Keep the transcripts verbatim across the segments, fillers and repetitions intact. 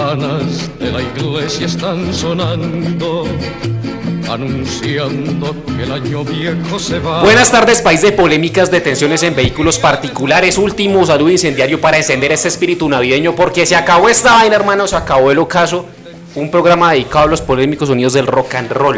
campanas de la iglesia están sonando, anunciando que el año viejo se va. Buenas tardes, país de polémicas, detenciones en vehículos particulares. Último saludo incendiario para encender este espíritu navideño, porque se acabó esta vaina, hermano, se acabó el ocaso. Un programa dedicado a los polémicos sonidos del rock and roll.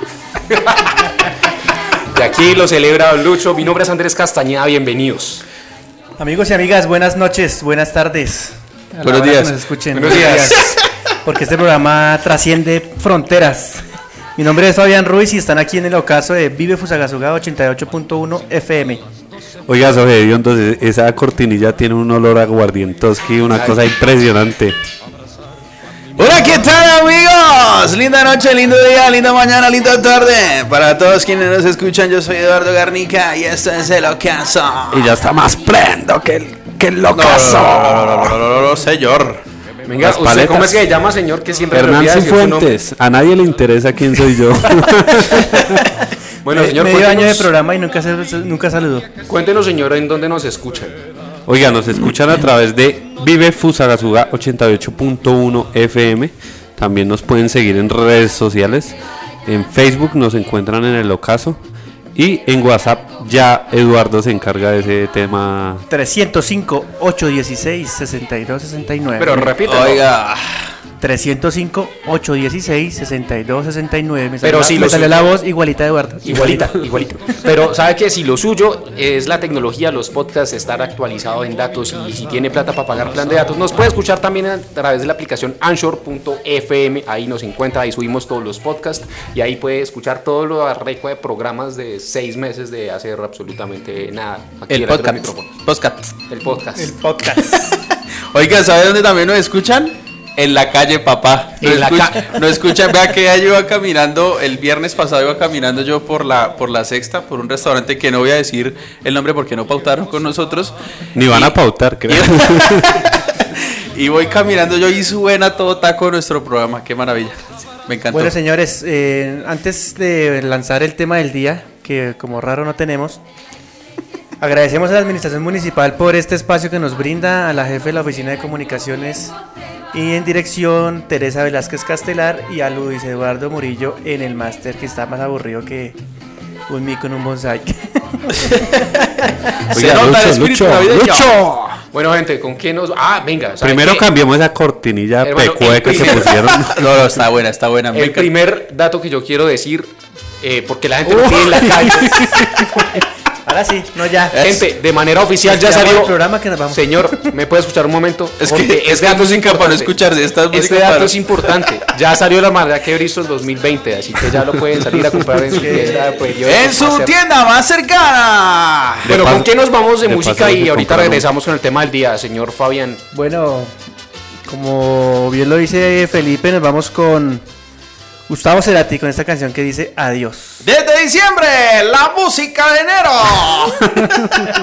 De aquí lo celebra Don Lucho. Mi nombre es Andrés Castañeda, bienvenidos. Amigos y amigas, buenas noches, buenas tardes. Buenos días. Que nos escuchen. Buenos días. Porque este programa trasciende fronteras. Mi nombre es Fabián Ruiz y están aquí en el ocaso de Vive Fusagasugá ochenta y ocho punto uno F M. Oiga, Sobe, entonces esa cortinilla tiene un olor a aguardientoski, una cosa impresionante. Hola, ¿qué tal, amigos? Linda noche, lindo día, linda mañana, linda tarde. Para todos quienes nos escuchan, yo soy Eduardo Garnica y esto es El Ocaso. Y ya está más prendo que el, que el ocaso. No, no, no, no, no, no, no, señor. Venga, ¿usted cómo es que se llama, señor? Que siempre Hernán Cifuentes. A nadie le interesa quién soy yo. Bueno, Me, señor, medio cuéntenos, año de programa y nunca, nunca saludó. Cuéntenos, señor, en dónde nos escuchan. Oiga, nos escuchan a través de Vive Fusagasugá ochenta y ocho punto uno F M. También nos pueden seguir en redes sociales. En Facebook nos encuentran en El Ocaso. Y en WhatsApp ya Eduardo se encarga de ese tema. trescientos cinco, ochocientos dieciséis, sesenta y dos sesenta y nueve. Pero repito. Oiga. trescientos cinco, ochocientos dieciséis, sesenta y dos sesenta y nueve. Me Pero salió, si me lo salió su- la voz igualita de Eduardo. Igualita, igualita. Pero sabe que si lo suyo es la tecnología, los podcasts, estar actualizado en datos, y si tiene plata para pagar plan de datos, nos puede escuchar también a través de la aplicación anchor punto f m. Ahí nos encuentra, ahí subimos todos los podcasts y ahí puede escuchar todo lo arreco de programas de seis meses de hacer absolutamente nada. Aquí El delante del podcast. micrófono. Podcast. El podcast. El podcast. Oiga, ¿sabe dónde también nos escuchan? En la calle, papá. No En la escuch- ca- no escuchan, vea que ya yo iba caminando, el viernes pasado iba caminando yo por la por la Sexta, por un restaurante que no voy a decir el nombre porque no pautaron con nosotros. Ni van Y- a pautar, creo. Y voy caminando yo y suena todo taco nuestro programa, qué maravilla. Me encantó. Bueno, señores, eh, antes de lanzar el tema del día, que como raro no tenemos, agradecemos a la Administración Municipal por este espacio que nos brinda, a la jefe de la Oficina de Comunicaciones y en dirección, Teresa Velázquez Castelar, y a Luis Eduardo Murillo en el máster, que está más aburrido que un mico en un bonsai. Se Oiga, nota el Lucho, espíritu Lucho, navideño. Lucho. Bueno, gente, ¿con qué nos...? Ah, venga. ¿sabe Primero qué? cambiamos esa cortinilla Hermano, pecueca el que primer- pusieron. No, no, está buena, está buena. me El encanta. primer dato que yo quiero decir, eh, porque la gente lo pide en la calle. Ahora sí, no ya. Gente, de manera oficial ya Ya salió. el programa que nos vamos. Señor, ¿me puede escuchar un momento? Es Porque que este dato es incapaz de escucharse. Estas Este músicas dato para- es importante. Ya salió la marca que Bristol dos mil veinte, así que ya lo pueden salir a comprar en su tienda de periódicos. En su Hacer- tienda más cercana. Bueno, De ¿con paso- qué nos vamos de de música? paso Y que ahorita compraron. regresamos con el tema del día, señor Fabián. Bueno, como bien lo dice Felipe, nos vamos con Gustavo Cerati con esta canción que dice Adiós. Desde diciembre, la música de enero.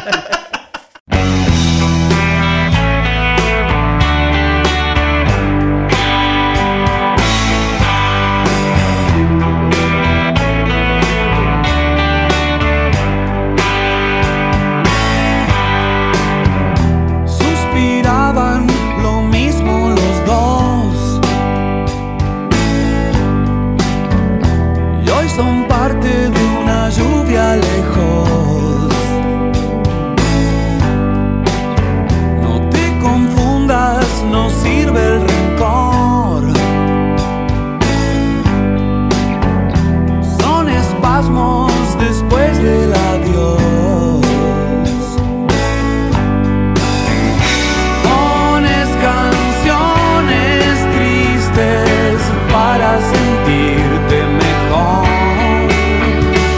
Suspiraban lo mismo los dos y hoy son parte de una lluvia lejos. No te confundas, no sirve el rencor. Son espasmos después del adiós. Pones canciones tristes para sentirte mejor.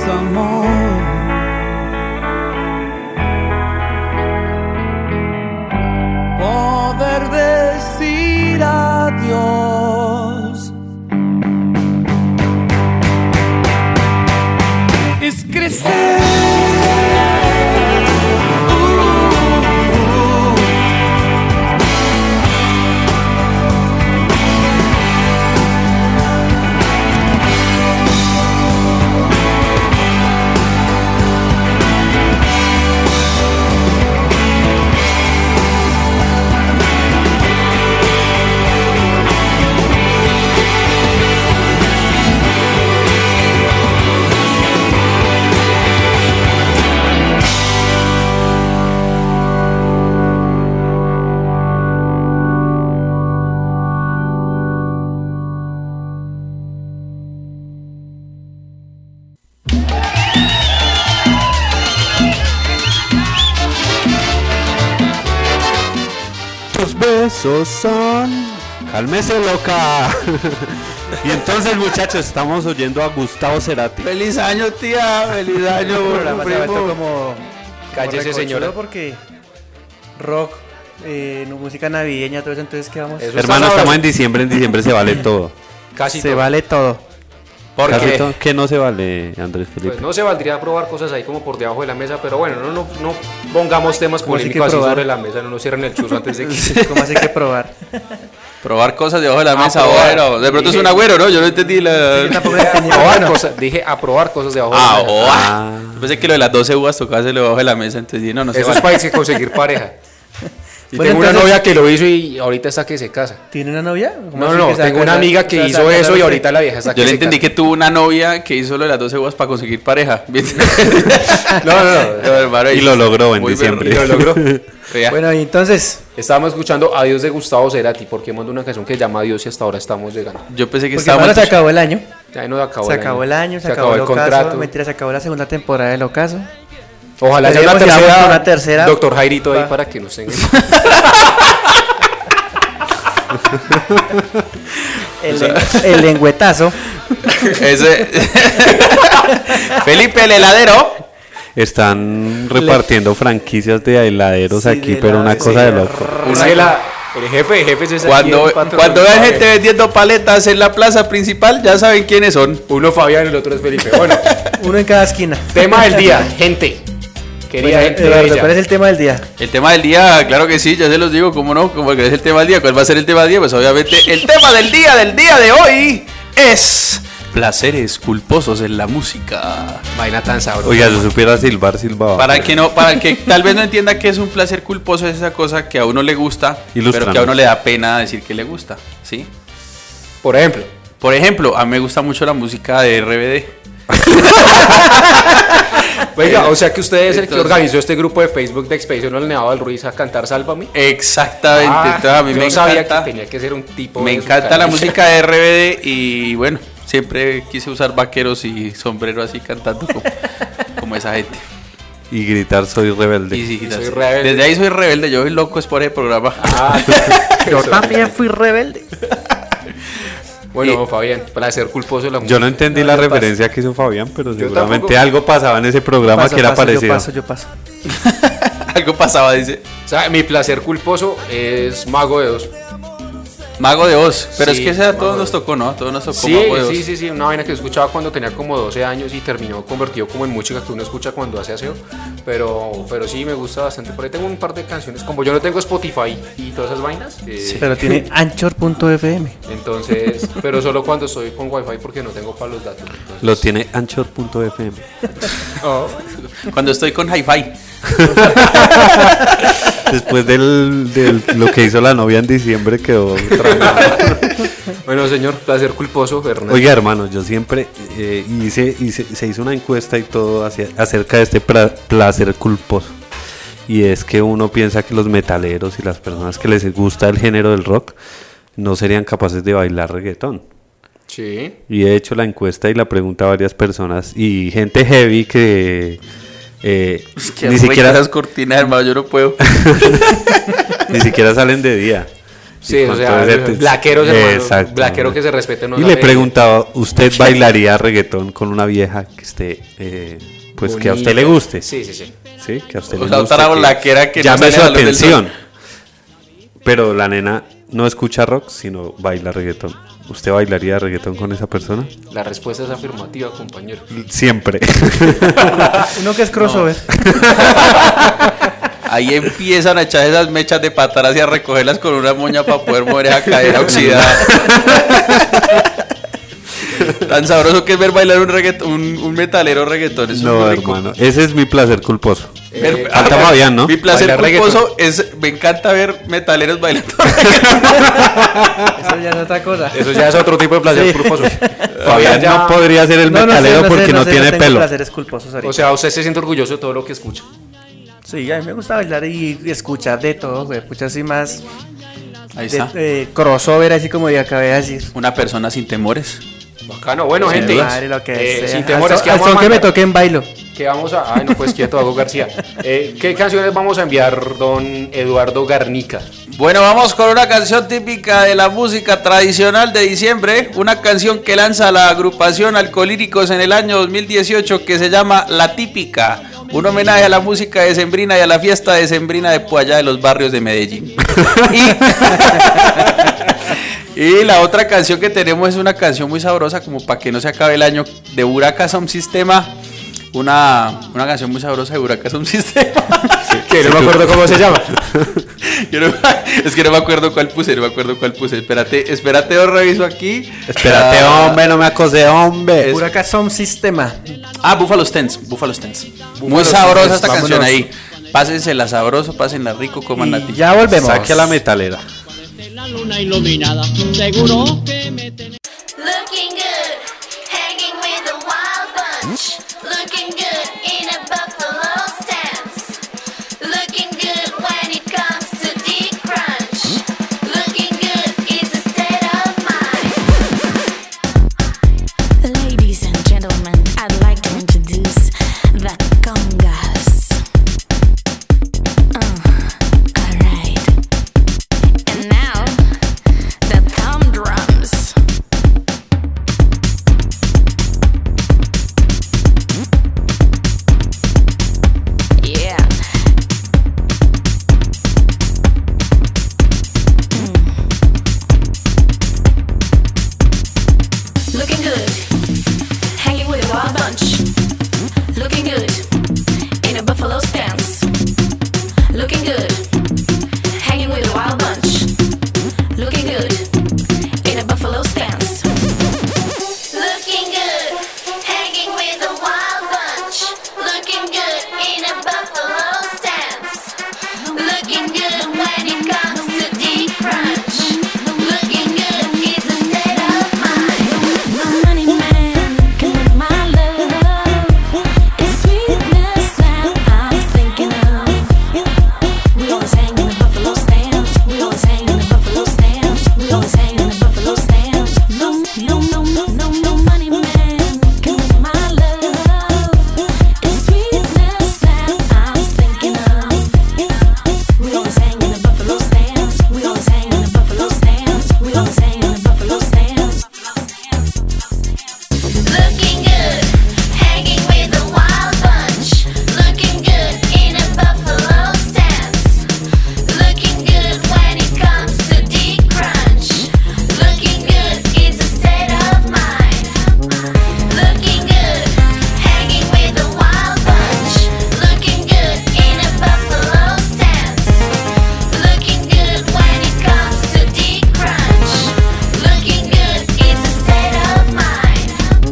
amor. Poder decir adiós es crecer. Besos son. Cálmese, loca. Y entonces, muchachos, estamos oyendo a Gustavo Cerati. Feliz año, tía. Feliz año, El programa se ha vuelto primo. como Cállese, como señora. recochudo porque rock, eh, no, música navideña, todo eso, entonces ¿qué vamos? Eso está Hermano, sabroso. estamos en diciembre. En diciembre se vale todo. Casi Se todo. vale todo. ¿Por Casi qué? todo. ¿Qué no se vale, Andrés Felipe? Pues no se valdría probar cosas ahí como por debajo de la mesa, pero bueno, no, no, no pongamos temas ¿Cómo así que polémicos así probar? sobre la mesa, no nos cierren el chuzo antes de que... ¿Cómo hace que probar? Probar cosas debajo de la A mesa, probar. bueno. De pronto es Dije- un agüero, ¿no? Yo no entendí la. Yo tampoco a entendí. probar Bueno, cosas, dije a probar cosas debajo Ah, de la mesa. oh, Ah. Yo pensé que lo de las doce uvas tocaba hacerlo debajo de la mesa, entonces dije, no, no se Eso vale. es para irse a conseguir pareja. Y Bueno, tengo una entonces- novia que lo hizo y ahorita está que se casa. ¿Tiene una novia? ¿Cómo No, así no, que se va a tengo una casar? amiga que O sea, hizo se va a eso casar y usted. ahorita la vieja está que Yo le se entendí casa. que tuvo una novia que hizo lo de las doce uvas para conseguir pareja. No, no, no. No, hermano, Y lo logró en muy diciembre. Y lo logró. Vea. Bueno, y entonces, Estábamos escuchando Adiós de Gustavo Cerati, porque mando una canción que se llama Adiós y hasta ahora estamos llegando. Yo pensé que porque estábamos. hermano, se acabó el año. Ya nos acabó Se el acabó año. el año, se, acabó, el ocaso. contrato. Mentira, se acabó la segunda temporada del ocaso. Ojalá haya una Podríamos ir a tercera, una tercera. Doctor Jairito ahí Va. para que nos tenga. El, el lengüetazo. Ese. Felipe el heladero. Están repartiendo franquicias de heladeros Sí, aquí, de pero una helados, cosa sí. de loco. Una de la- el jefe de jefes es aquí Cuando, el patrón. cuando vean Fabián. gente vendiendo paletas en la plaza principal, ya saben quiénes son. Uno Fabián, el otro es Felipe. Bueno, Uno en cada esquina. tema del día, gente. Querida Bueno, gente Eduardo, bella. ¿cuál es el tema del día? El tema del día, claro que sí, ya se los digo, cómo no, como que es el tema del día. ¿Cuál va a ser el tema del día? Pues obviamente el tema del día del día de hoy es placeres culposos en la música. Vaina tan sabrosa. Oiga, yo supiera silbar, silbaba. Para el que no, para el que tal vez no entienda que es un placer culposo, es esa cosa que a uno le gusta, Ilústranos. pero que a uno le da pena decir que le gusta, ¿sí? Por ejemplo, Por ejemplo, a mí me gusta mucho la música de R B D. oiga, o sea que usted es el que Entonces- organizó este grupo de Facebook de Expedición al Nevado del Ruiz a cantar Sálvame. Exactamente. Ah, Entonces a mí yo me no sabía encanta, que tenía que ser un tipo. me de esos encanta la caras. música de R B D y bueno, siempre quise usar vaqueros y sombrero así cantando como, como esa gente. Y gritar soy rebelde. Y sí, Y soy así. rebelde. Desde ahí soy rebelde, yo soy loco es por el programa. Ah, Yo también fui rebelde. bueno, Fabián, placer culposo de la música. Yo no entendí No, la yo paso. referencia que hizo Fabián, pero Yo seguramente tampoco. algo pasaba en ese programa Paso, que era paso, parecido. Yo paso, yo paso. Algo pasaba, dice. O sea, mi placer culposo es Mago de Oz. Mago de Oz, pero Sí, es que ese a Mago todos de nos Oz. tocó, ¿no? A todos nos tocó Sí, Mago de Oz. sí, sí, sí, una vaina que escuchaba cuando tenía como doce años y terminó convertido como en música que uno escucha cuando hace aseo. Pero, pero sí, me gusta bastante. Por ahí tengo un par de canciones. Como yo no tengo Spotify y todas esas vainas. eh, Pero tiene anchor punto f m. Entonces, pero solo cuando estoy con Wi-Fi porque no tengo para los datos. Entonces, Lo tiene anchor punto f m. Oh. Cuando estoy con Hi-Fi. Después del, del- lo que hizo la novia en diciembre quedó traumado. Bueno, señor, placer culposo, Fernando. Oiga, hermano, yo siempre eh, hice, hice- se hizo una encuesta y todo hacia- acerca de este pra- placer culposo. Y es que uno piensa que los metaleros y las personas que les gusta el género del rock no serían capaces de bailar reggaetón. Sí. Y he hecho la encuesta y la pregunta a varias personas y gente heavy que eh, Que ni siquiera esas cortinas, hermano, yo no puedo. ni siquiera salen de día. Sí, o sea, blaqueros, hermano. Blaquero que se respete. No y le preguntaba, ¿usted bailaría reggaetón con una vieja que esté, eh, pues bonita, que a usted le guste? Sí, sí, sí. Sí, que a usted o le sea, guste. Otra blaquera que llame su atención. Pero la nena no escucha rock, sino baila reggaetón. ¿Usted bailaría reggaetón con esa persona? La respuesta es afirmativa, compañero. Siempre. Uno que es crossover. Ahí empiezan a echar esas mechas de patadas y a recogerlas con una moña para poder mover esa cadera oxidada. Tan sabroso que es ver bailar un reggaetón, un, un metalero reggaetón. Eso no, es muy hermano, ese es mi placer culposo. Eh, Falta ah, Fabián, ¿no? Mi placer bailar culposo reggaetón. Es, me encanta ver metaleros bailando. Eso ya es otra cosa. Eso ya es otro tipo de placer sí. culposo. Fabián ya... no podría ser el no, metalero no sé, no porque sé, no, no sé, tiene no pelo. Placeres culposos ahorita. O sea, usted se siente orgulloso de todo lo que escucha. Sí, a mí me gusta bailar y escuchar de todo, güey. Escuchar así más. Ahí está. De, eh, crossover, así como ya acabé de decir. Una persona sin temores. Bacano, bueno, sí, gente. Madre, lo que eh, sin temores, que vamos a que me toque en bailo. Que vamos a. Ay, no, pues quieto, Hago García. Eh, ¿Qué canciones vamos a enviar, don Eduardo Garnica? Bueno, vamos con una canción típica de la música tradicional de diciembre. Una canción que lanza la agrupación Alcolíricos en el año dos mil dieciocho que se llama La Típica. Un homenaje a la música decembrina y a la fiesta decembrina de por allá de los barrios de Medellín. y, y la otra canción que tenemos es una canción muy sabrosa, como para que no se acabe el año, de Buraka Sound Systema. Una, una canción muy sabrosa de Buraka Sound Systema. Que no me acuerdo cómo se llama. Yo no, es que no me acuerdo cuál puse, no me acuerdo cuál puse. Espérate, espérate, os reviso aquí. Espérate, ah, hombre, no me acose, hombre. Buraka Sound Systema. Ah, Buffalo Stance, Buffalo Stance. Muy sabrosa esta canción ahí. Pásensela sabroso, pásenla rico, coman la tía. Ya volvemos. Saque a la metalera. La luna iluminada, seguro que me tenés. Looking good, hanging with a wild bunch. Looking good in a buffalo stance. Looking good when it comes to deep crunch. Looking good is a state of mind. Ladies and gentlemen, I'd like to introduce the congas. Uh, alright. And now, the thumb drums. Yeah. Looking good, hanging with a wild bunch. Looking good in a buffalo stance. Looking good, hanging with a wild bunch. Looking good in a buffalo stance. Looking good, hanging with a wild bunch. Looking good in a buffalo stance. Looking good when it comes to deep crunch. Looking good is a state of mind. No money man can win my love. It's sweetness that I'm thinking of. We always hang in the buffalo stands. We always hang in the buffalo stands. We always hang in the buffalo stands. No, no, no, no, no, no money man can win my love. It's sweetness that I'm thinking of. We always hang in the buffalo stands. We always hang in the buffalo stands. We always hang in the buffalo stands. Looking good, hanging with a wild bunch. Looking good in a buffalo stance. Looking good when it comes to deep crunch. Looking good is a state of mind. Looking good, hanging with a wild bunch. Looking good in a buffalo stance. Looking good when it comes to deep crunch. Looking good is a state of mind.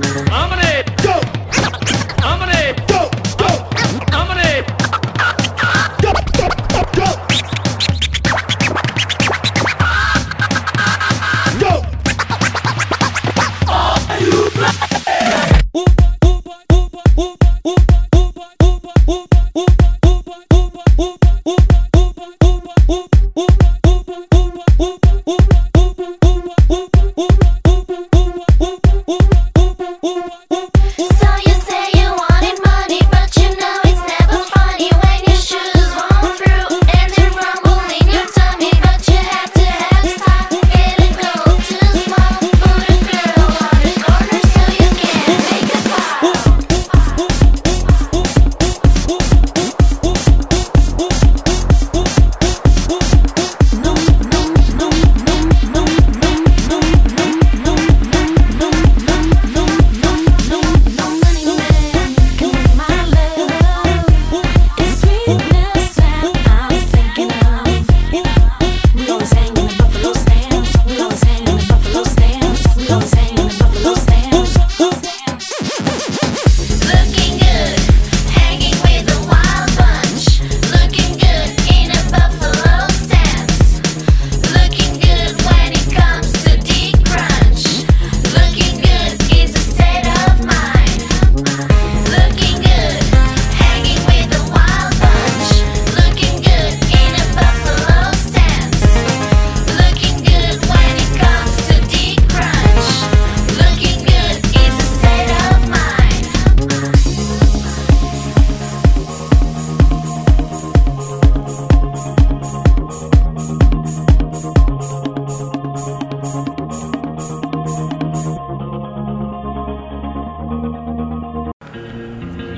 So you say you wanted money, but you know it's never funny when your shoes won't through and they rumble in your tummy, but you have to have style.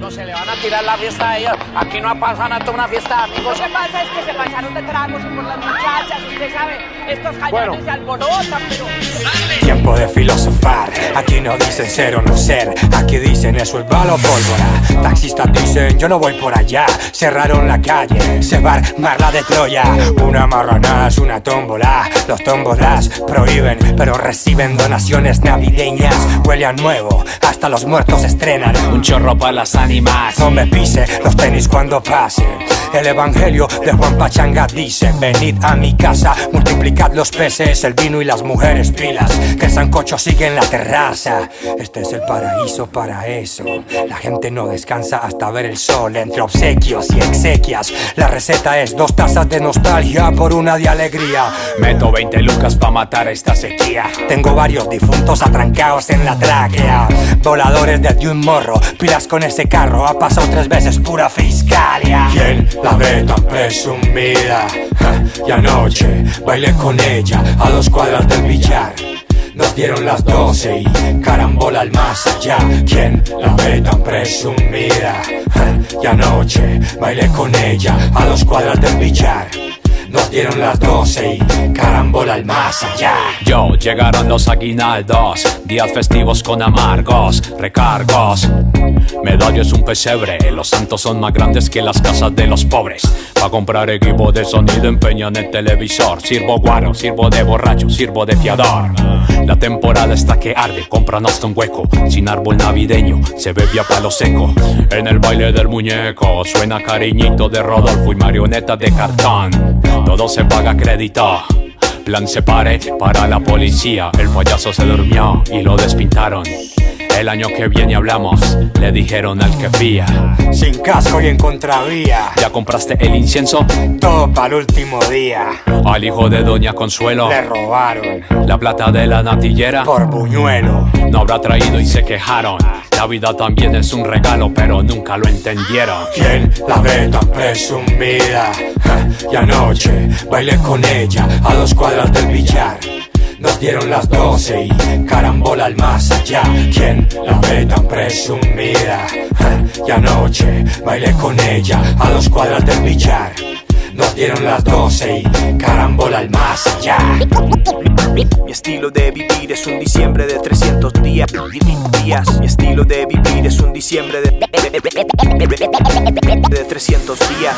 No se le van a tirar la fiesta a ellos. Aquí no pasa nada, una fiesta de amigos. Lo que pasa es que se pasaron de tragos y por las muchachas. Usted sabe, estos cañones bueno. se alborotan, pero... Tiempo de filosofar. Aquí no dicen ser o no ser. Aquí dicen eso es bala o pólvora. Taxistas dicen yo no voy por allá. Cerraron la calle, se va a armar la de Troya. Una marranada, una tómbola. Los tómbolas prohíben, pero reciben donaciones navideñas. Huele a nuevo, hasta los muertos estrenan. Un chorro para las ánimas. No me pise los tenis cuando pase. El evangelio de Juan Pachanga dice: venid a mi casa, multiplicad los peces, el vino y las mujeres pilas. Que el sancocho sigue en la terraza. Este es el paraíso para eso. La gente no descansa hasta ver el sol. Entre obsequios y exequias, la receta es dos tazas de nostalgia por una de alegría. Meto veinte lucas pa' matar esta sequía. Tengo varios difuntos atrancados en la tráquea. Voladores desde un morro, pilas con ese carro. Ha pasado tres veces pura fiscalia. ¿Quién la ve tan presumida? Ja, y anoche bailé con ella a dos cuadras del billar. Nos dieron las doce y carambola al más allá. ¿Quién la ve tan presumida? Ja, y anoche bailé con ella a dos cuadras del billar. Nos dieron las doce y carambola al más allá. Yo, llegaron los aguinaldos, días festivos con amargos, recargos. Medallo es un pesebre, los santos son más grandes que las casas de los pobres. Pa' comprar equipo de sonido empeñan el televisor. Sirvo guaro, sirvo de borracho, sirvo de fiador. La temporada está que arde, compran hasta un hueco. Sin árbol navideño, se bebe a palo seco. En el baile del muñeco, suena cariñito de Rodolfo y marioneta de cartón. Todo se paga crédito. Plan se pare para la policía. El payaso se durmió y lo despintaron. El año que viene hablamos, le dijeron al que fía. Sin casco y en contravía. ¿Ya compraste el incienso? Todo para el último día. Al hijo de Doña Consuelo le robaron la plata de la natillera por buñuelo. No habrá traído y se quejaron. La vida también es un regalo, pero nunca lo entendieron. ¿Quién la ve tan presumida? Ja, y anoche bailé con ella a dos cuadras del billar. Nos dieron las doce y carambola al más allá. ¿Quién la ve tan presumida? Ja, y anoche bailé con ella a dos cuadras del billar. Nos dieron las doce y carambola al más allá. Mi estilo de vivir es un diciembre de trescientos días. Mi estilo de vivir es un diciembre de, de trescientos días.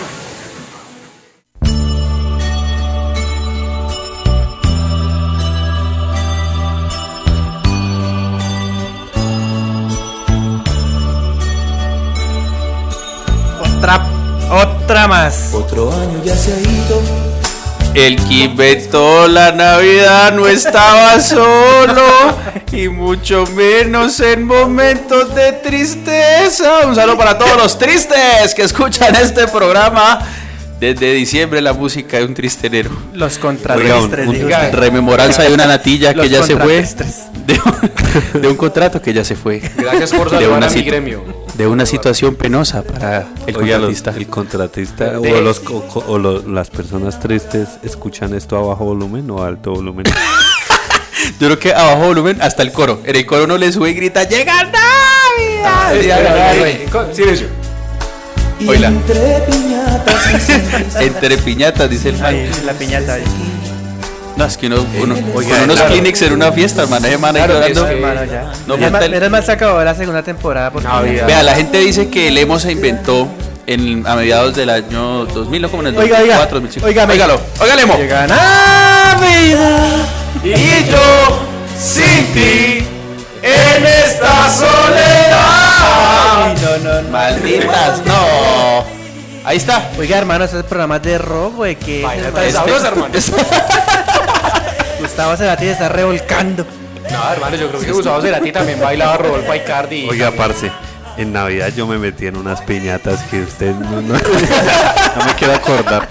Otra, otra más. Otro año ya se ha ido. El que inventó la Navidad no estaba solo, y mucho menos en momentos de tristeza. Un saludo para todos los tristes que escuchan este programa. Desde diciembre la música de un tristenero. Los contratristes. Un, un rememoranza de una natilla que ya se fue. De un, de un contrato que ya se fue. Gracias por saludar a mi gremio. De una situación penosa para el Oiga, contratista. Los, el contratista de, o, los, o, o los, las personas tristes escuchan esto a bajo volumen o a alto volumen. Yo creo que a bajo volumen hasta el coro. En el coro uno le sube y grita: ¡llega Navidad! Silencio. Oíla. Entre piñatas, entre piñatas, dice el man. La piñata. No, es que uno, uno Oiga, con unos claro. Kleenex en una fiesta, hermano, hermano, claro, es que, hermano, ya. No, menos, mal, menos mal se acabó la segunda temporada. Porque no, vea, la gente dice que el emo se inventó en, a mediados del año dos mil, no como en el oiga, dos mil cuatro, oiga, dos mil cinco. Oiga, óigalo, óigale, emo. Llega Navidad y yo sin ti en esta soledad. Ay, no, no, no. Malditas, no. Ahí está. Oiga, hermano, este es el programa de rock, güey, que Vaya, está sabroso, hermano. Gustavo Cerati se está revolcando. No, hermano, yo creo que Gustavo Cerati también bailaba Rodolfo Aicardi. Oiga, parce, en Navidad yo me metí en unas piñatas que usted no, no, no me quiero acordar.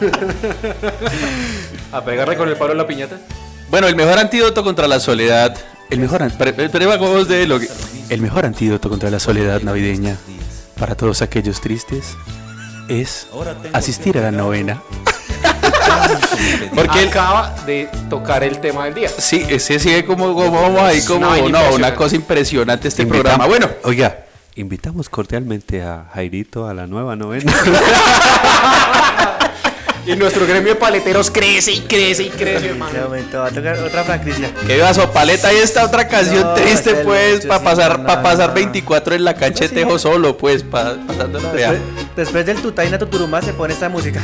¿A pegarle con el palo en la piñata? Bueno, el mejor antídoto contra la soledad. El mejor, esperemos de lo que, el mejor antídoto contra la soledad navideña para todos aquellos tristes es asistir a la novena. Porque él acaba de tocar el tema del día. Sí, ese sigue como, como ahí como no, no una cosa impresionante este programa. Bueno, oiga, invitamos cordialmente a Jairito a la nueva novena. Y nuestro gremio de paleteros crece y crece y crece, hermano. Se aumentó, va a tocar otra franquicia. Que viva Sopaleta y esta otra canción No, triste, es el pues, mucho, para sí, pasar, no, para pasar no. veinticuatro en la cancha de Sí. Tejo solo, pues, pa, pasando la vea. Después, después del Tutaina Tuturumá se pone esta música.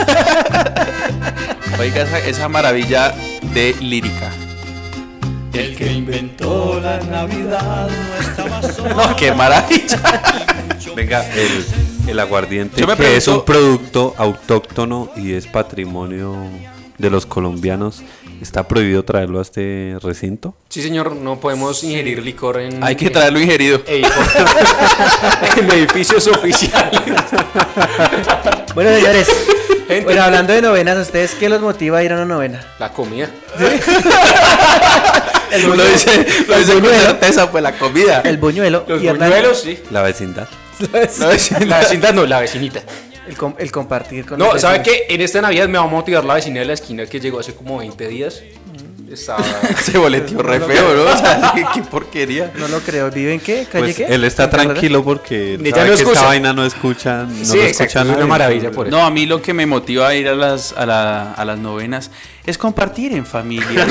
Oiga esa, esa maravilla de lírica. El que inventó la Navidad no estaba solo. No, qué maravilla. Venga, el, el aguardiente, Yo me que es pregunto- un producto autóctono y es patrimonio de los colombianos, ¿está prohibido traerlo a este recinto? Sí, señor, no podemos ingerir licor en... Hay que traerlo ingerido. en, en edificios oficiales. Bueno, señores, Gente. bueno, hablando de novenas, ¿a ustedes qué los motiva a ir a una novena? La comida. El Lo buñuelo. dice, lo dice con buñuelo. certeza, pues la comida. El buñuelo. Los y Hernán- buñuelos, sí. La vecindad. La vecindad, la vecindad no, la vecinita. El, com- el compartir con No, los ¿sabe vecinos. qué? En esta Navidad me va a motivar la vecina de la esquina que llegó hace como veinte días. Estaba... Se boleteó re feo, ¿no? O sea, qué, qué porquería. No lo creo. ¿Vive en qué? ¿Calle Pues qué? él está ¿En Carrera? tranquilo porque Ni ya sabe no que escucha. esta vaina no escucha, no Sí, lo exacto, escucha es una nadie. maravilla por eso. No, a mí lo que me motiva a ir a las, a la- a las novenas es compartir en familia.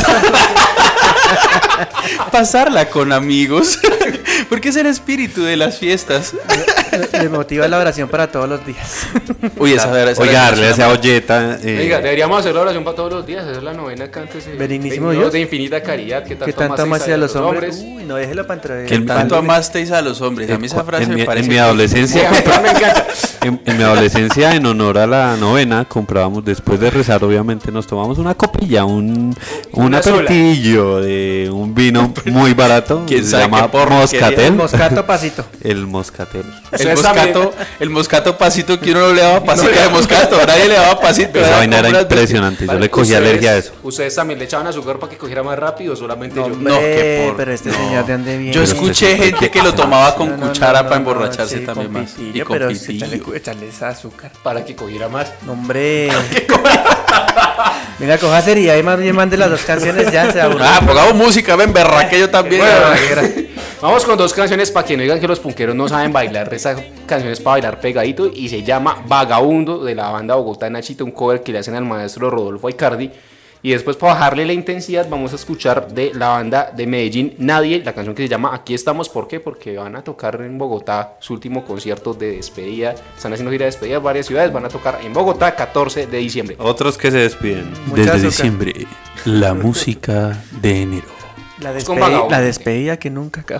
Pasarla con amigos. Porque es el espíritu de las fiestas. Le- Le motiva la oración para todos los días. Uy, esa, esa Oiga, darle esa- esa olleta. eh, Oiga, deberíamos hacer la oración para todos los días, hacer la novena que antes. eh, Benignísimo Dios Dios. de infinita caridad, que tanto, ¿Qué tanto amasteis amaste a los hombres? Uy, no déjelo para entrar. Que tanto amasteis a los hombres. A mí esa en frase mi- me parece. en mi adolescencia, Sí, a mí me encanta. en, en mi adolescencia, en honor a la novena, comprábamos, después de rezar, obviamente, nos tomamos una copilla, un, un Una sola. apertillo de un vino muy barato. ¿Quién se sabe llama qué porquería? Moscatel. El moscato pasito. El Moscatel. El Ustedes moscato, también- el moscato pasito que uno no le daba pasito de moscato, nadie le daba pasito. Esa era vaina era como unas- impresionante. Yo Vale, le cogía ustedes- alergia a eso. ¿Ustedes también le echaban azúcar para que cogiera más rápido o solamente yo? Hombre, No, qué por- pero este no. señor de ande bien. Yo escuché gente que lo tomaba con No, no, cuchara no, para no, emborracharse sí, también con más. pitillo, Y con pero pitillo. echarle, echarle ese azúcar. Para que cogiera más. No, hombre. Venga, coja sería y más bien mande las dos canciones ya. Se aburre. Ah, pongamos música, ven, berraque yo también. Bueno, vamos con dos canciones para que no digan que los punqueros no saben bailar. Esa canción es para bailar pegadito y se llama Vagabundo de la banda Bogotá Nachito, un cover que le hacen al maestro Rodolfo Aicardi. Y después, para bajarle la intensidad, vamos a escuchar de la banda de Medellín Nadie, la canción que se llama Aquí estamos. ¿Por qué? Porque van a tocar en Bogotá su último concierto de despedida. Están haciendo gira de despedida en varias ciudades. Van a tocar en Bogotá catorce de diciembre. Otros que se despiden. Mucha Desde azúcar. diciembre, la música de enero. La, Es con despedi- Vagabundo. la despedida que nunca acaba.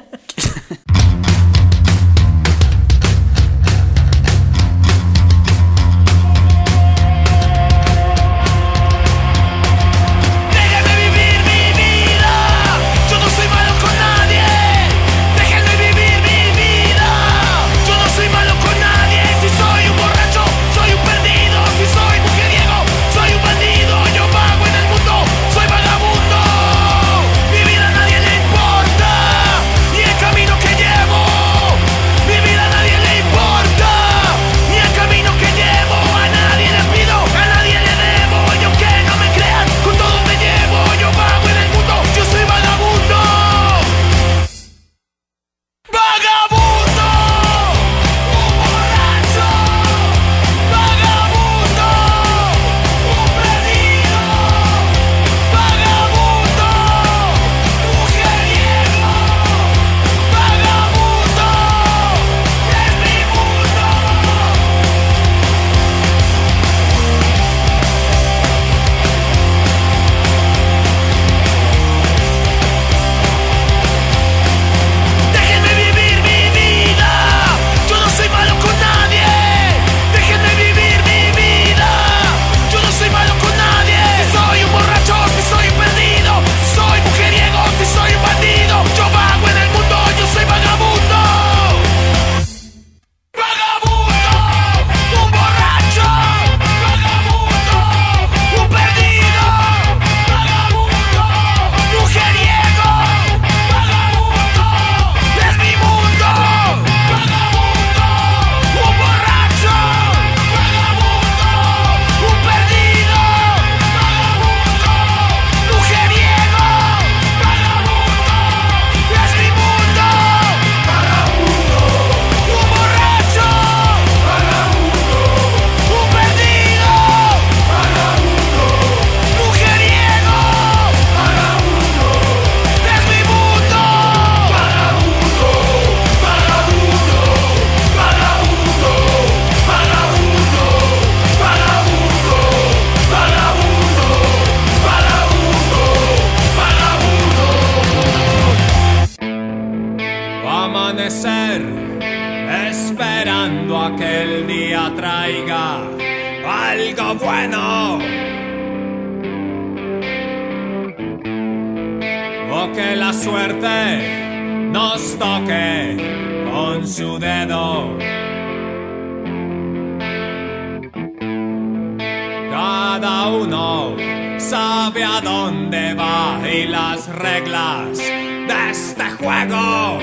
Déjenme vivir mi vida, yo no soy malo con nadie. Déjenme vivir mi vida, yo no soy malo con nadie. Si soy un borracho, soy un perdido. Si soy mujeriego, soy un bandido. Yo vago en el mundo, soy vagabundo. Mi vida a nadie le importa y enloquecer, esperando a que el día traiga algo bueno. O que la suerte nos toque con su dedo. Cada uno sabe a dónde va y las reglas de este juego.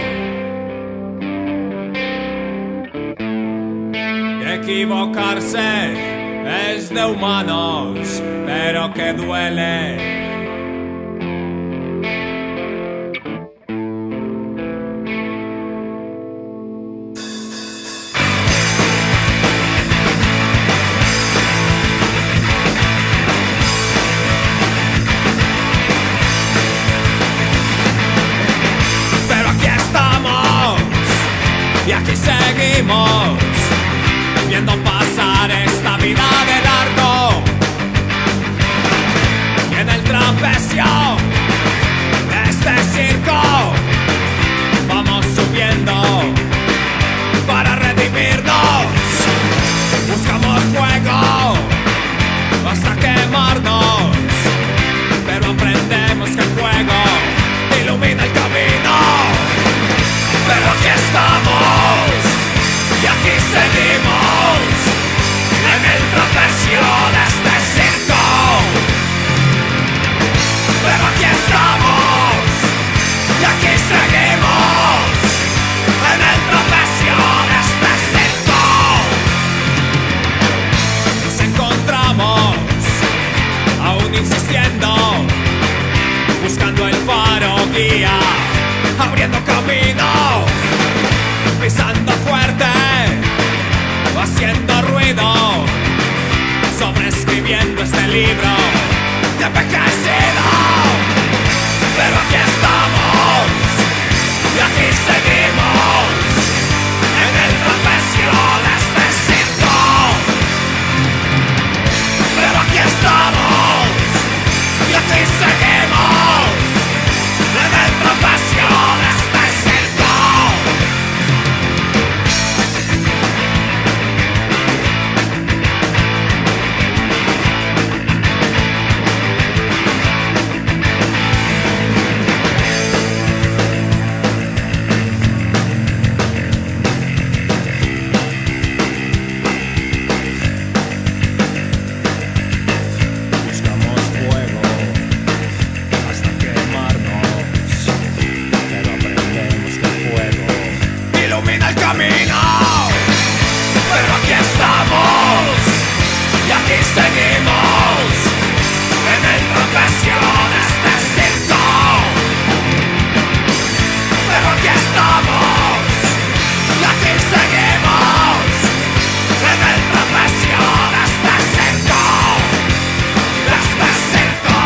Equivocarse es de humanos, pero que duele. Y aquí seguimos, viendo pasar esta vida de largo. Y en el trapecio de este circo vamos subiendo para redimirnos. Buscamos fuego hasta quemarnos, pero aprendemos que el fuego ilumina el camino. Pero aquí estamos, y aquí seguimos, en el trapecio de este circo. Pero aquí estamos, y aquí seguimos, en el trapecio de este circo. Nos encontramos, aún insistiendo, buscando el faro guía, abriendo camino, pisando fuerte, haciendo ruido, sobreescribiendo este libro de envejecido. Pero aquí estamos, y aquí seguimos, en el trapecio de este circo. Pero aquí estamos, y aquí seguimos, en el trapecio de este circo. Buscamos fuego hasta quemarnos, pero aprendemos que el fuego ilumina el camino. Pero aquí estamos, y aquí seguimos, en el trapecio de este circo. Pero aquí estamos, y aquí seguimos, en el trapecio de este circo, de este circo.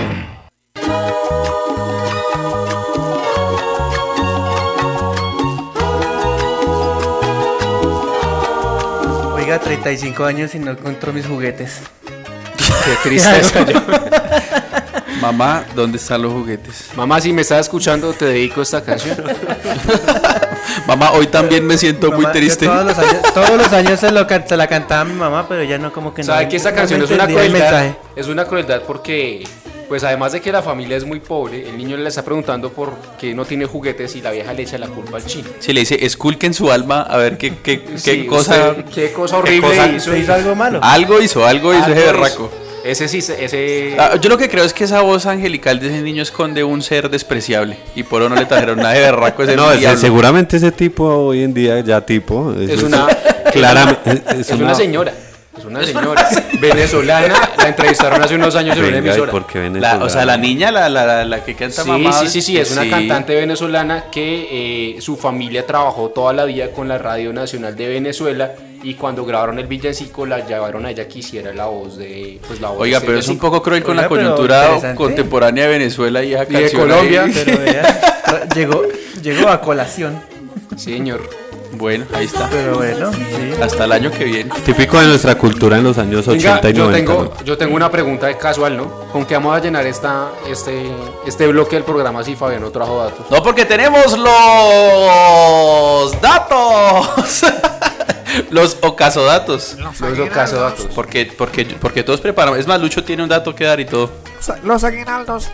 Oiga, treinta y cinco años y no encuentro mis juguetes. Qué tristeza. yo. Mamá, ¿dónde están los juguetes? Mamá, si me estás escuchando, te dedico esta canción. Mamá, hoy también me siento Mamá, muy triste. yo Todos los años, todos los años se, lo, can- se la cantaba mi mamá, pero ya no, como que no. ¿Sabe que esta no canción me es una entendía el crueldad? mensaje. Es una crueldad porque, pues además de que la familia es muy pobre, el niño le está preguntando por qué no tiene juguetes y la vieja le echa la culpa al chino. Si le dice, esculque en su alma, a ver qué, qué, qué Sí, cosa. usted, qué cosa horrible cosa- hizo. ¿Se hizo algo malo? Algo hizo, algo hizo Algo ese hizo. berraco. Ese sí, ese... Ah, yo lo que creo es que esa voz angelical de ese niño esconde un ser despreciable. Y por eso no le trajeron nada de berraco. Es el No, ese- diablo. seguramente ese tipo hoy en día ya tipo. Es eso una... claramente. Es, una señora. Es una señora venezolana. La entrevistaron hace unos años en una Venga, ¿y emisora. por qué La- venezolana? o sea, la niña, la, la, la, la que canta Sí, mamá. sí, sí, sí, es una sí. cantante venezolana que eh, su familia trabajó toda la vida con la Radio Nacional de Venezuela y cuando grabaron el villancico la llevaron a ella que hiciera la voz de... Pues, la voz Oiga, de pero es un villancico. poco cruel con Oiga, la pero coyuntura interesante. contemporánea de Venezuela y esa Y de canción Colombia. ahí. Pero vea, llegó, llegó a colación. Sí, señor. Bueno, ahí está. Pero bueno, sí. Hasta el año que viene. Típico de nuestra cultura en los años Venga, ochenta y yo noventa. tengo, yo tengo una pregunta de casual, ¿no? ¿Con qué vamos a llenar esta, este, este bloque del programa si Fabián no trajo datos? No, porque tenemos los datos. Los ocasodatos. Los ocasodatos. Porque, porque, porque todos preparamos. Es más, Lucho tiene un dato que dar y todo. Los aguinaldos.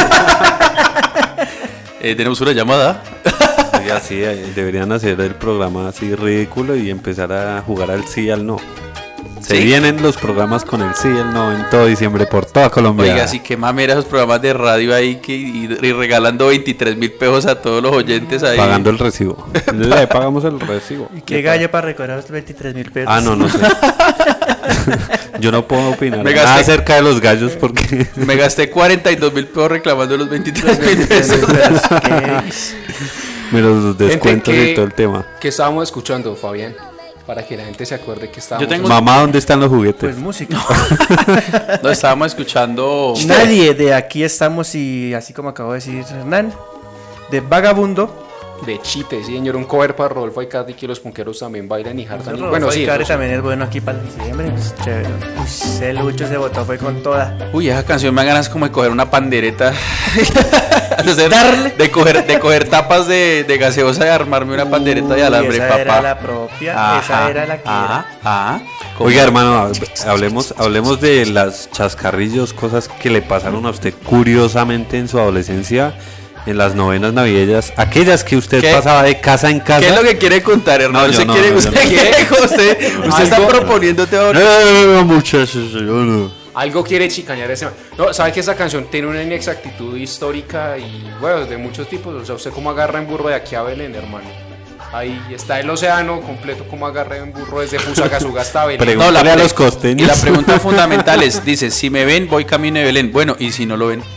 Eh, tenemos una llamada. Y así eh, deberían hacer el programa así ridículo y empezar a jugar al sí y al no. Se ¿Sí? vienen los programas con el sí y el no en todo diciembre por toda Colombia. Oiga, sí que mamera esos programas de radio ahí que, y, y regalando veintitrés mil pesos a todos los oyentes ahí. Pagando el recibo. Le pagamos el recibo. ¿Y qué gallo para recobrar los veintitrés mil pesos? Ah, no, no sé. Yo no puedo opinar Me nada gasté- acerca de los gallos porque Me gasté cuarenta y dos mil pesos reclamando los veintitrés mil pesos. mira los descuentos Gente, y todo el tema. ¿Qué estábamos escuchando, Fabián? Para que la gente se acuerde que estábamos... Yo tengo- Mamá, ¿dónde están los juguetes? Pues música. No, estábamos escuchando. Nadie de aquí estamos y así como acabo de decir Hernán, de Vagabundo. De Chite, sí, señor, un cover para Rodolfo Aicardi que los punqueros también bailan y hartan. y- Rodolfo Bueno, sí, Aicardi eso sí. también es bueno aquí para el diciembre. Pues, chévere. Uy, ese Lucho se botó, fue con toda. Uy, esa canción me da ganas como de coger una pandereta. De, hacer- de coger, de coger tapas de, de gaseosa y armarme una pandereta de Uy, alambre, esa papá. era la propia, esa era la que Ajá, ajá. Oiga, hermano, hablemos, hablemos de las chascarrillos, cosas que le pasaron a usted curiosamente en su adolescencia, en las novenas navideñas, aquellas que usted ¿Qué? pasaba de casa en casa. ¿Qué es lo que quiere contar, hermano? No, yo ¿Usted no, quiere, no, yo usted no. quiere- usted, usted está Algo- proponiéndote ahora? No, muchachos, yo no. Algo quiere chicañar ese man. No, sabe que esa canción tiene una inexactitud histórica y, bueno, de muchos tipos. O sea, usted cómo agarra en burro de aquí a Belén, hermano. Ahí está el océano completo, cómo agarra en burro desde Fusagasugá hasta Belén. Pregúntale la a pre- los costeños. Y la pregunta fundamental es, dice, si me ven, voy camino de Belén. Bueno, ¿y si no lo ven?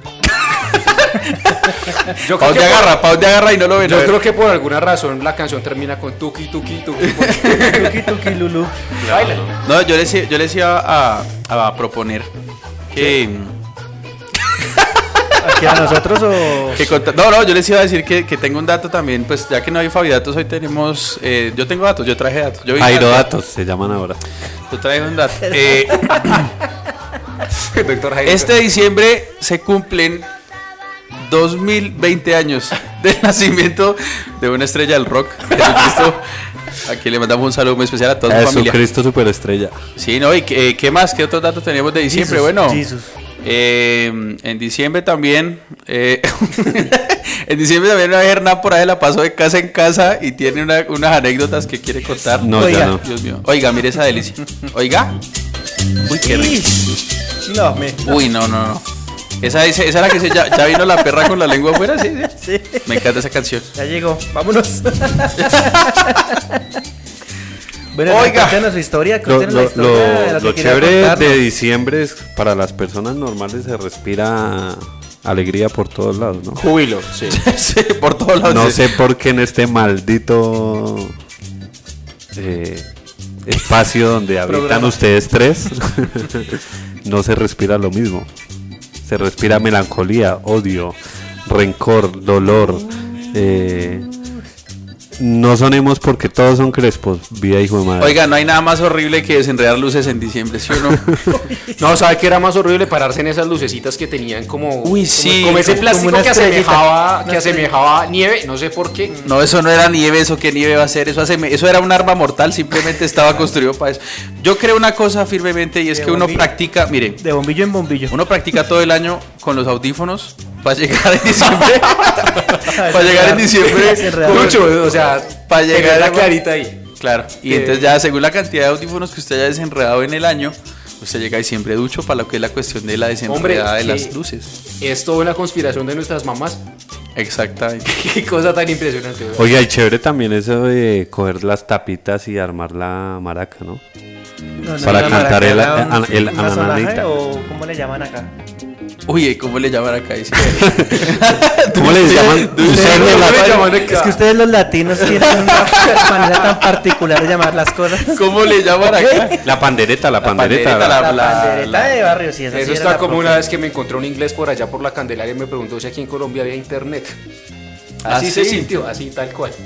Yo ¿Para creo, dónde que agarra? ¿Para dónde agarra y no lo por, ven? A yo ver. creo que por alguna razón la canción termina con tuki, tuki, tuki. porque- Tuki tuki lulu. Baila. No, yo les, yo les iba a, a proponer que... ¿Aquí a nosotros o...? que conta- no, no, yo les iba a decir que, que tengo un dato también, pues ya que no hay Fabidatos, hoy tenemos... eh, yo tengo datos, yo traje datos. Yo vine Jairo a- Datos se llaman ahora. Yo traigo un dato. Eh, Doctor Jairo. este diciembre se cumplen dos mil veinte años del nacimiento de una estrella del rock, Jesucristo. Aquí le mandamos un saludo muy especial a toda su familia. Jesucristo superestrella. Sí, ¿no? ¿Y qué, qué más? ¿Qué otros datos teníamos de diciembre? Jesus, bueno, Jesus. eh, en diciembre también, eh, en diciembre también una vez Hernán por ahí la pasó de casa en casa y tiene una- unas anécdotas que quiere contar. No, Oiga. ya no. Dios mío. Oiga, mire esa delicia. Oiga. Uy, qué rico. No, me... Uy, no, no, no. Esa, esa, esa era la que se ya, ya vino la perra con la lengua afuera, sí, sí. Sí. Me encanta esa canción. Ya llegó, vámonos. Bueno, Oiga. cuéntenos su historia, Lo, cuéntenos la lo- historia lo- de lo que lo quiera chévere contarnos. de diciembre es para las personas normales se respira alegría por todos lados, ¿no? Júbilo, sí. Sí, por todos lados. No sí. sé por qué en este maldito eh, espacio donde habitan Programa. ustedes tres no se respira lo mismo. Se respira melancolía, odio, rencor, dolor. eh, no sonemos porque todos son crespos, vida hijo de madre. Oiga, no hay nada más horrible que desenredar luces en diciembre, ¿sí o no? No, ¿sabe qué era más horrible? Pararse en esas lucecitas que tenían como... Uy, sí. Como ese Como plástico una que estrellita. asemejaba, Una que estrella. asemejaba nieve, no sé por qué. No, eso no era nieve, eso qué nieve va a ser, eso, hace, eso era un arma mortal, simplemente estaba construido para eso. Yo creo una cosa firmemente y es De que uno bombillo. practica, mire, De bombillo en bombillo. uno practica todo el año con los audífonos para llegar en diciembre. Para llegar en diciembre. Desenredador. Mucho, o sea, Para llegar tener la a- clarita ahí. Claro, y Que- entonces ya según la cantidad de audífonos que usted haya desenredado en el año, usted llega diciembre ducho para lo que es la cuestión de la desenredada de que- las luces. Es toda una conspiración de nuestras mamás. Exactamente. Qué cosa tan impresionante. ¿verdad? Oiga, y chévere también eso de coger las tapitas y armar la maraca, ¿no? No, no, Para la cantar el- maraca, el- el una sonaja, ananita. o ¿cómo le llaman acá? Uy, ¿cómo le llaman acá? Dice. ¿Cómo les llaman? Ustedes Ustedes no los le latinos. llaman Es que ustedes los latinos tienen una manera tan particular de llamar las cosas. ¿Cómo le llaman acá? La pandereta, la, pandereta. pandereta, la- La, la- pandereta de barrio, sí, esa Eso sí era está la como propia. una vez que me encontré un inglés por allá por la Candelaria y me preguntó si aquí en Colombia había internet. ¿Ah, Así sí? se sintió, así tal cual.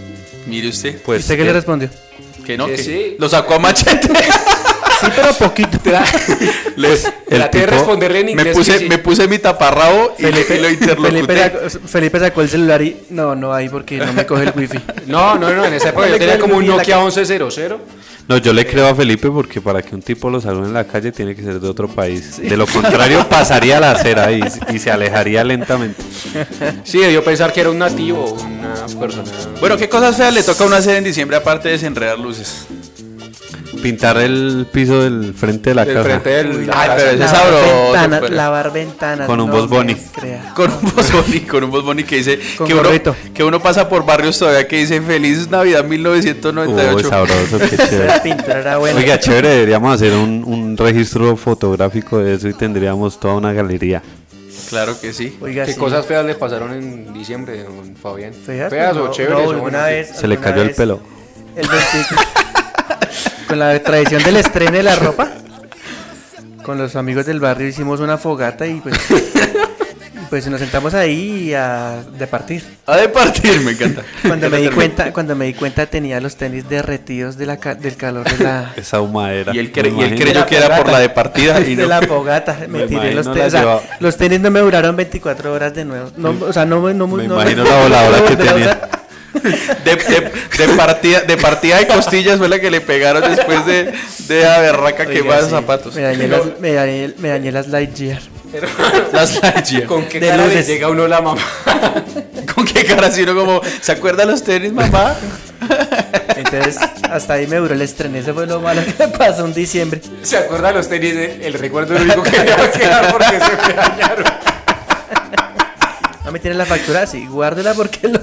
Mire usted. Pues, ¿Usted qué le respondió? Que no, Que que sí. lo sacó a machete. Sí, pero poquito. Les, El Traté de tipo- responderle en me, inglés. puse, que sí. me puse mi taparrabo y, Felipe, y lo interlocuté. Felipe, sacó, Felipe sacó el celular y no, no hay porque no me coge el wifi. No, no, no, en esa época No yo le tenía creo como un ni en la Nokia cara. once cero cero. No, yo le creo a Felipe porque para que un tipo lo salude en la calle tiene que ser de otro país. De lo contrario, pasaría la acera y, y se alejaría lentamente. Sí, debió pensar que era un nativo, una persona. Bueno, ¿qué cosas feas le toca a uno hacer en diciembre aparte de desenredar luces? Pintar el piso del frente de la Del casa. frente del. Uy, Ay, la pero casa. ese es Lavar sabroso, ventanas, pero- lavar ventanas. Con un no Boss me Bunny. crea. Con un Boss Bunny, con un Boss Bunny que dice Con que uno, gorrito. que uno pasa por barrios todavía que dice Feliz Navidad mil novecientos noventa y Uy, ocho. sabroso, qué Esa chévere. pintura era buena. Oiga, chévere, deberíamos hacer un, un registro fotográfico de eso y tendríamos toda una galería. Claro que sí. Oiga, ¿Qué sí. cosas feas le pasaron en diciembre, don Fabián? Feas, Feas pues, o no, chéveres. no, o alguna buenas, sí. vez- Se le alguna cayó el vez pelo. El vestido. Con la tradición del estreno de la ropa. Con los amigos del barrio hicimos una fogata y pues, y pues nos sentamos ahí a de partir. A de partir, me encanta. Cuando me di cuenta, cuando me di cuenta tenía los tenis derretidos de la ca- del calor de la Esa humadera. Y él, me cre- y él imagino. creyó que era por la de partida y de no. la fogata. Me Me tiré los imagino tenis. O la sea, llevaba. los tenis no me duraron veinticuatro horas de nuevo. No, o sea, no, me- no, Me no imagino la voladora que volver a tenía. usar. De, de- de partida, de partida de costillas fue la que le pegaron después de, de la berraca que Oiga, va de sí, zapatos. Me dañé las, me dañé, me dañé las Lightyear. Las Lightyear. ¿Con qué De cara le luces. llega uno la mamá? ¿Con qué cara? Si uno como, ¿se acuerda los tenis, mamá? Entonces, hasta ahí me duró el estreno. Eso fue lo malo que me pasó en diciembre. ¿Se acuerda los tenis? El recuerdo es lo único que me va a quedar porque se me dañaron. No me tiene la factura, sí, guárdela porque lo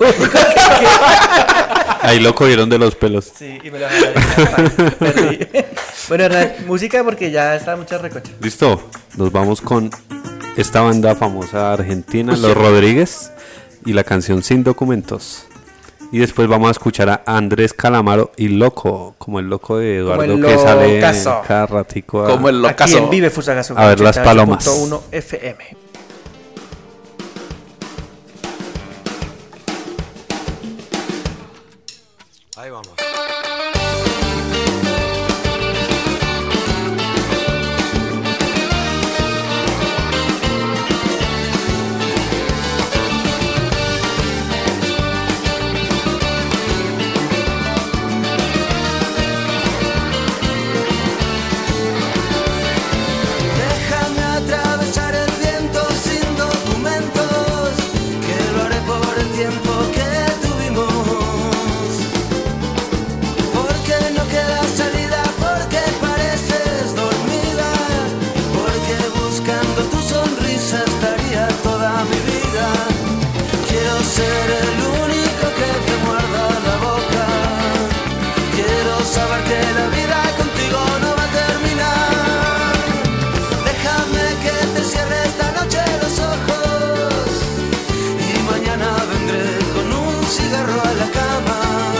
Ahí lo cogieron de los pelos. Sí, y me lo jalaron. Perdí. Bueno, Hernán, música porque ya está mucha recocha. Listo, nos vamos con esta banda famosa argentina, Los Rodríguez, y la canción Sin Documentos. Y después vamos a escuchar a Andrés Calamaro y Loco, como el loco de Eduardo el que sale locazo. cada ratico a, Como el Aquí locazo. en Vive Fusagasugá a ver las palomas. ochenta y ocho punto uno F M. Ahí vamos. Déjame atravesar el viento sin documentos, que lo haré por el tiempo que tuvimos. Porque no queda salida, porque pareces dormida, porque buscando tu sonrisa estaría toda mi vida. Quiero ser el único que te muerda la boca. Quiero saber que la vida contigo no va a terminar. Déjame que te cierre esta noche los ojos y mañana vendré con un cigarro a la cama.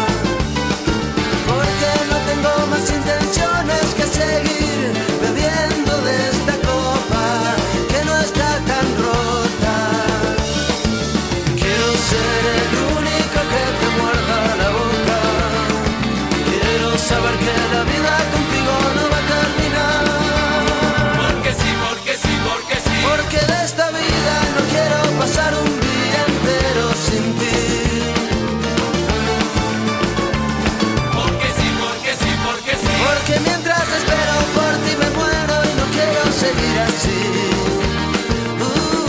Porque no tengo más intenciones que seguir bebiendo de esta copa que no está tan rota. Quiero ser el único que te muerda la boca. Quiero saber que la vida contigo no va a terminar. Porque sí, porque sí, porque sí. Porque de esta vida no quiero pasar un día entero sin ti. Porque sí, porque sí, porque sí. Porque mientras espero por ti me muero y no quiero seguir así. Uh.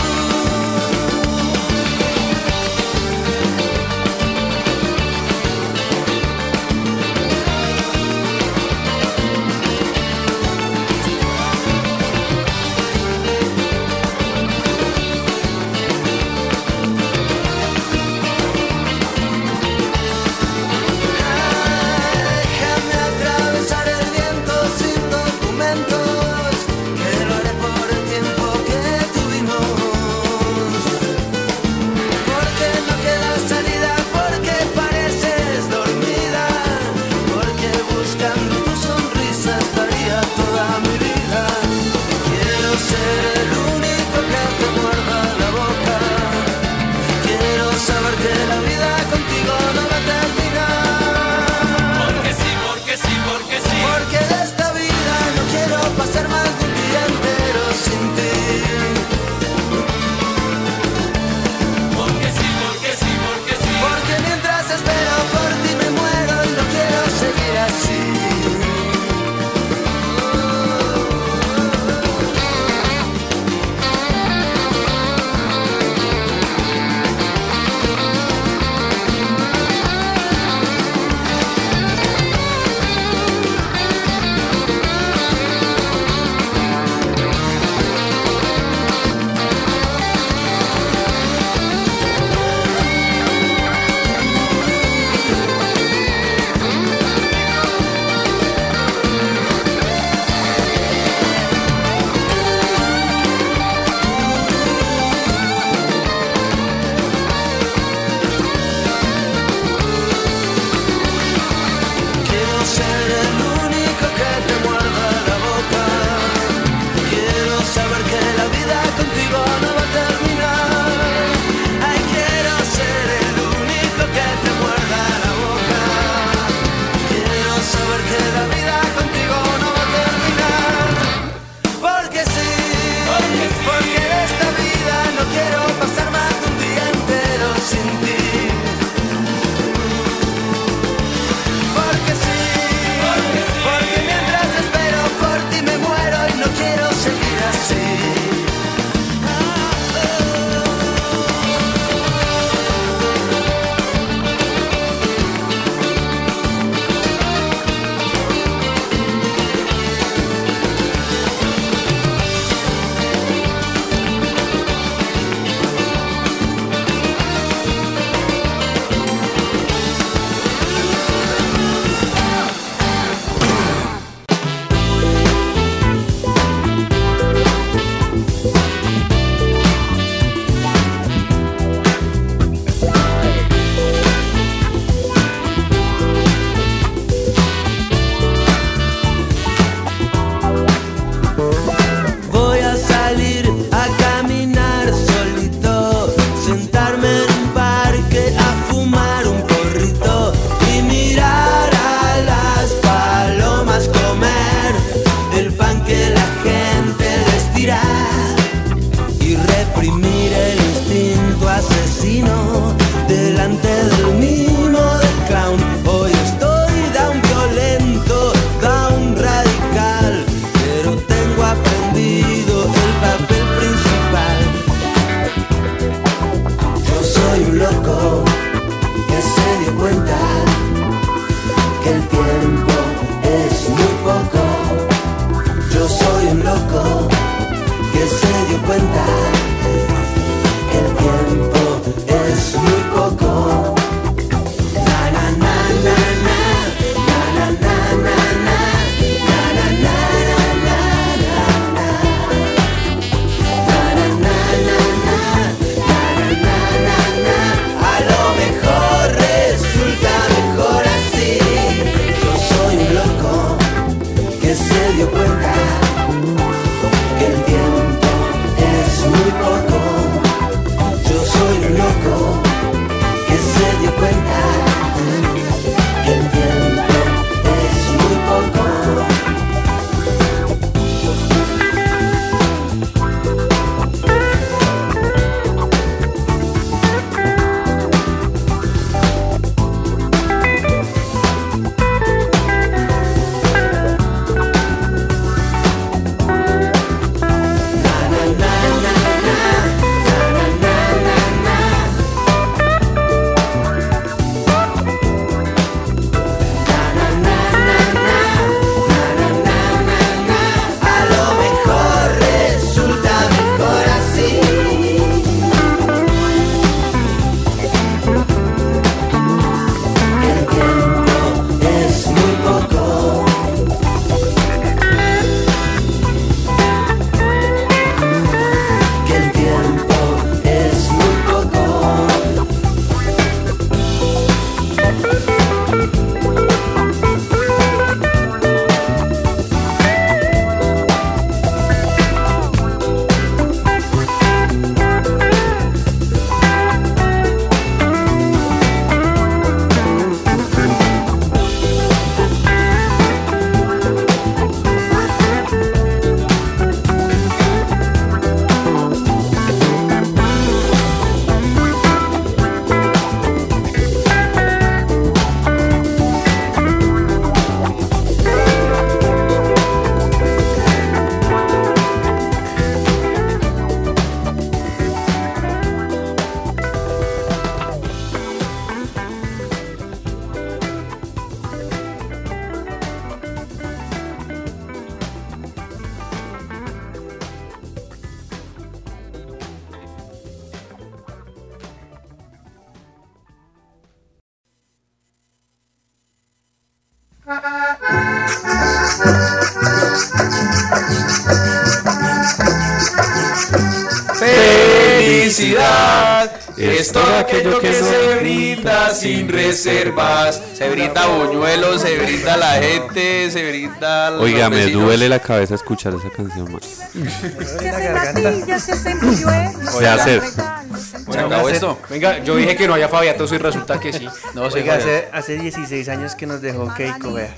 Felicidad es todo aquello que se brinda sin reservas. Se brinda buñuelos, se brinda a la gente, se brinda a los Oiga, me vecinos. duele la cabeza escuchar esa canción más. La garganta. Se hace. Se acabó esto. Venga, yo dije que no había Fabiatos y resulta que sí. No, sí, Oiga, Fabián. hace, hace dieciséis años que nos dejó Keiko, vea.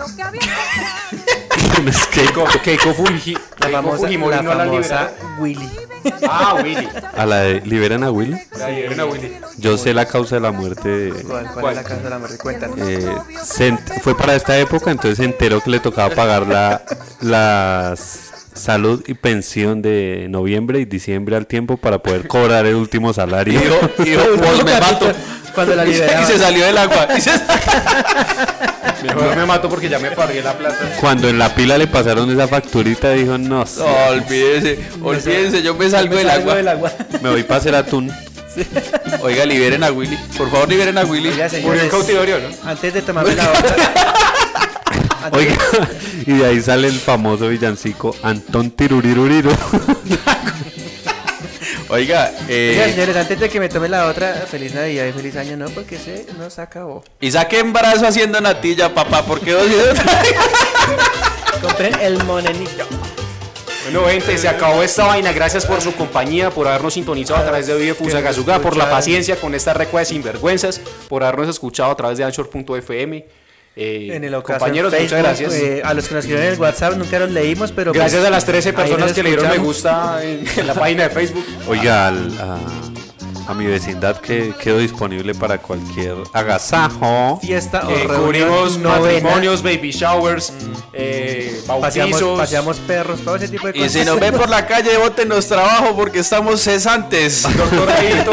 Keiko, Keiko Fuji, La Keiko famosa, Fujimori la no la famosa liberaron. Willy. Ah, Willy. ¿A la de liberan a Willy? La liberaron a Willy. Yo sé la causa de la muerte de... ¿Cuál, cuál, ¿Cuál? es la causa de la muerte? Cuéntanos. Eh, se ent- fue para esta época, entonces se enteró que le tocaba pagar la, la s- salud y pensión de noviembre y diciembre al tiempo para poder cobrar el último salario. Y dijo, y dijo, pues me mato. Cuando la Y se, y liberaban. se salió del agua. Y se- Mejor me mato porque ya me fargué la plata. Cuando en la pila le pasaron esa facturita, dijo, no, sé, No, olvídese, olvídense, yo me salgo Me del salgo agua. del agua. me voy para hacer atún. Oiga, liberen a Willy. Por favor, liberen a Willy. Oiga, Murió en señores, cautiverio, ¿no? antes de tomarme la otra. antes- Oiga, y de ahí sale el famoso villancico Antón Tiruriruriru. Oiga, eh, Oiga, señores, antes de que me tome la otra, feliz Navidad y feliz año, no, porque se nos acabó. y saque embarazo haciendo natilla, papá, porque dos Compren el monenito. Bueno, gente, se acabó esta vaina. Gracias por su compañía, por habernos sintonizado a través de Vive Fusagasugá, por la paciencia con esta recua de sinvergüenzas, por habernos escuchado a través de Anchor punto F M. Eh, En el ocaso, compañeros, en muchas Facebook, gracias. eh, a los que nos escribieron en el WhatsApp nunca los leímos, pero Gracias pues, a las trece ahí personas nos que le dieron me escuchamos. gusta en, en la página de Facebook. Oiga, al- a, a mi vecindad que quedo disponible para cualquier agasajo. Fiesta o Eh, reunión cubrimos novena. matrimonios, baby showers, eh, Paseamos, bautizos. paseamos perros, todo ese tipo de Y cosas. si nos ven por la calle, bótenos trabajo porque estamos cesantes. Doctor Rayito.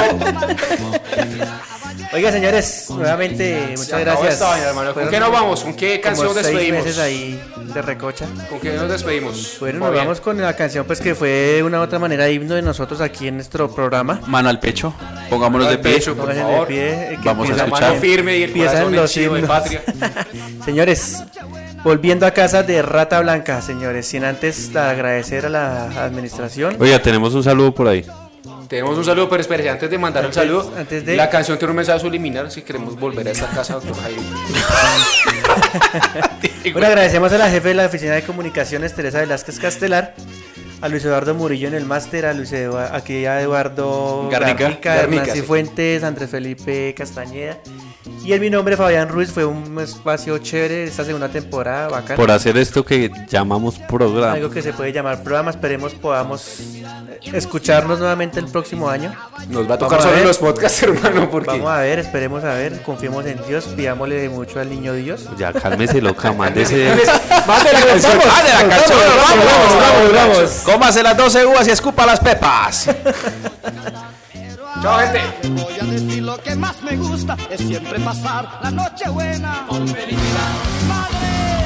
Oiga, señores, nuevamente muchas Se acabó gracias. esta vaina, hermano. ¿Con Fueron qué nos vamos? ¿Con qué canción como despedimos? Seis meses ahí de recocha. ¿Con qué nos despedimos? Bueno, nos Fabián. vamos con la canción pues que fue de una u otra manera himno de nosotros aquí en nuestro programa. Mano al pecho, pongámonos de Al pie. pecho, por Pónganse de favor. pie, eh, que Vamos a empieza- La escuchar. mano firme y el Empiezan corazón los henchido de himnos. patria. Señores, volviendo a casa de Rata Blanca, señores, sin antes la- agradecer a la administración. Oiga, tenemos un saludo por ahí. Tenemos un saludo, pero espere, antes de mandar Antes- el saludo, antes de- la canción tiene un mensaje subliminal si queremos volver a esta casa, doctor Jairo. Bueno, agradecemos a la jefe de la Oficina de Comunicaciones, Teresa Velázquez Castelar, a Luis Eduardo Murillo en el máster, a Luis Edu- aquí a Eduardo Garnica. Garnica, Garnica, Hernán sí. Cifuentes, Andrés Felipe Castañeda. Y en mi nombre, Fabián Ruiz, fue un espacio chévere esta segunda temporada, bacana. Por hacer esto que llamamos programa. Algo que se puede llamar programa, esperemos podamos eh, escucharnos nuevamente el próximo año. Nos va a tocar Vamos a solo ver. los podcasts, hermano, porque Vamos a ver, esperemos a ver, confiemos en Dios, pidámosle mucho al niño Dios. Ya, cálmese loca, mándese. Mande la canción. ¡Ah, de la canción! vamos, ¡Vamos, vamos, vamos, vamos. vamos! Cómase las doce uvas y escupa las pepas. Chao, gente. Voy a decir lo que más me gusta, es siempre pasar la noche buena. Con felicidad, madre.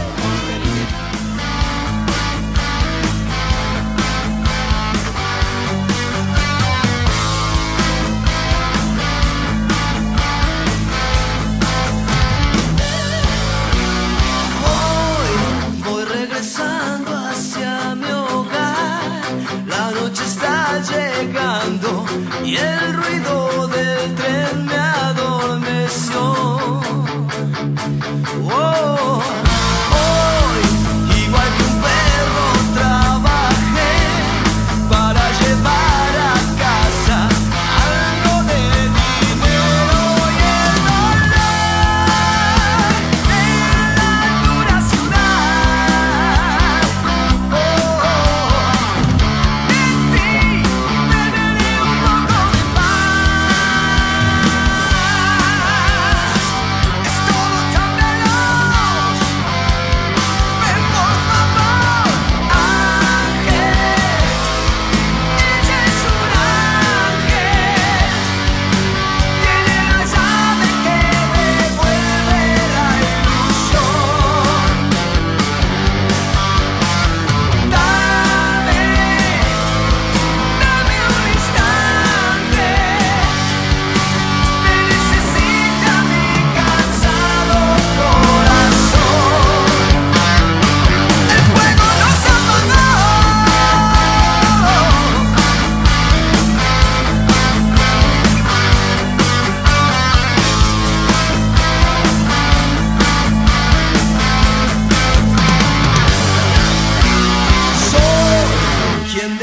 Hoy voy regresando hacia mi hogar. La noche está llegando y el ruido del tren me adormeció. Oh,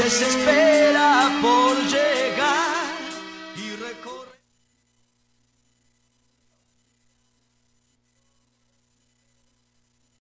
desespero.